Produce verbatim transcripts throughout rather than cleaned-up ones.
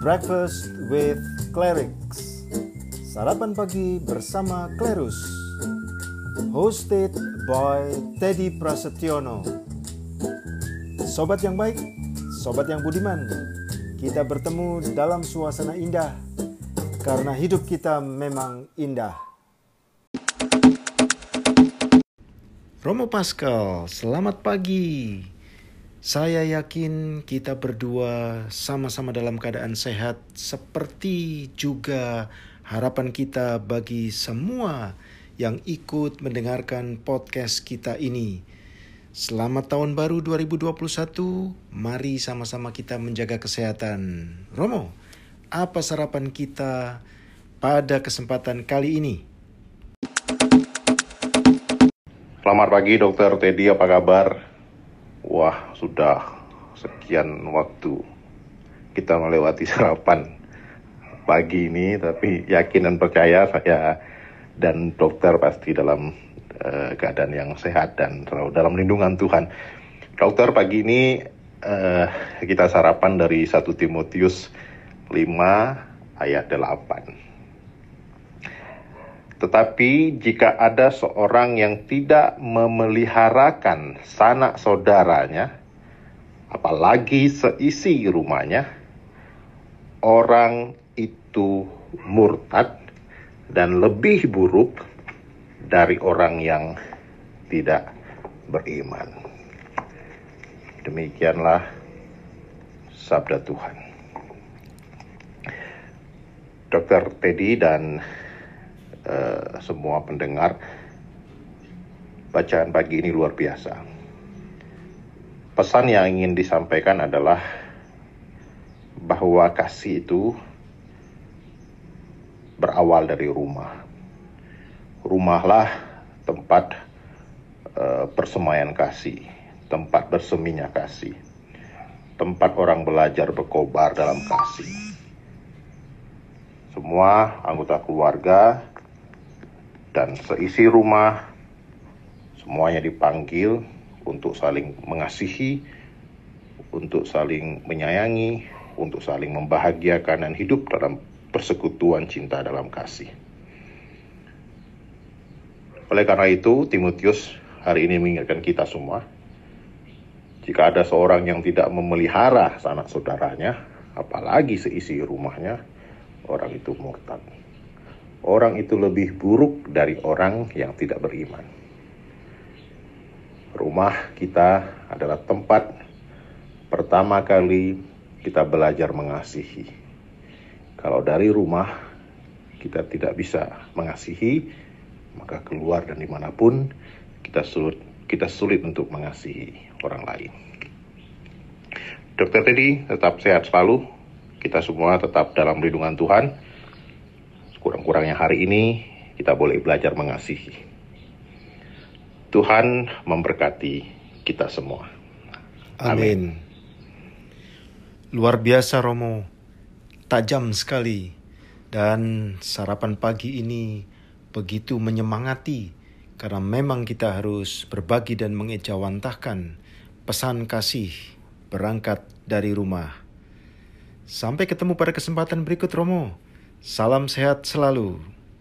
Breakfast with Clerics. Sarapan pagi bersama Klerus. Hosted by Teddy Prasetyono. Sobat yang baik, sobat yang budiman, kita bertemu dalam suasana indah karena hidup kita memang indah. Romo Pascal, selamat pagi. Saya yakin kita berdua sama-sama dalam keadaan sehat, seperti juga harapan kita bagi semua yang ikut mendengarkan podcast kita ini. Selamat tahun baru dua ribu dua puluh satu, mari sama-sama kita menjaga kesehatan. Romo, apa sarapan kita pada kesempatan kali ini? Selamat pagi Dokter Teddy, apa kabar? Wah, sudah sekian waktu kita melewati sarapan pagi ini, tapi yakin dan percaya saya dan dokter pasti dalam uh, keadaan yang sehat dan selalu dalam lindungan Tuhan. Dokter, pagi ini uh, kita sarapan dari satu Timotius lima ayat delapan. Tetapi jika ada seorang yang tidak memeliharakan sanak saudaranya, apalagi seisi rumahnya, orang itu murtad dan lebih buruk dari orang yang tidak beriman. Demikianlah sabda Tuhan. Dokter Teddy dan Uh, semua pendengar, bacaan pagi ini luar biasa. Pesan yang ingin disampaikan adalah bahwa kasih itu berawal dari rumah. Rumahlah tempat uh, persemaian kasih, tempat berseminya kasih, tempat orang belajar berkobar dalam kasih. Semua anggota keluarga dan seisi rumah, semuanya dipanggil untuk saling mengasihi, untuk saling menyayangi, untuk saling membahagiakan dan hidup dalam persekutuan cinta dalam kasih. Oleh karena itu, Timotius hari ini mengingatkan kita semua, jika ada seorang yang tidak memelihara sanak saudaranya, apalagi seisi rumahnya, orang itu murtad. Orang itu lebih buruk dari orang yang tidak beriman. Rumah kita adalah tempat pertama kali kita belajar mengasihi. Kalau dari rumah kita tidak bisa mengasihi, maka keluar dan dimanapun kita sulit, kita sulit untuk mengasihi orang lain. Dokter Teddy tetap sehat selalu. Kita semua tetap dalam lindungan Tuhan. Kurang-kurangnya hari ini kita boleh belajar mengasihi. Tuhan memberkati kita semua. Amin. Amin. Luar biasa Romo, tajam sekali. Dan sarapan pagi ini begitu menyemangati, karena memang kita harus berbagi dan mengejawantahkan pesan kasih berangkat dari rumah. Sampai ketemu pada kesempatan berikut Romo. Salam sehat selalu.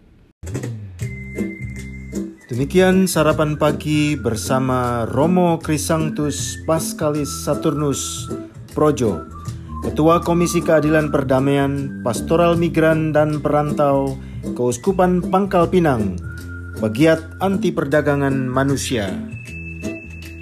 Demikian sarapan pagi bersama Romo Chrysanctus Pascalis Saturnus Projo, Ketua Komisi Keadilan Perdamaian, Pastoral Migran dan Perantau, Keuskupan Pangkal Pinang, Pegiat Anti Perdagangan Manusia.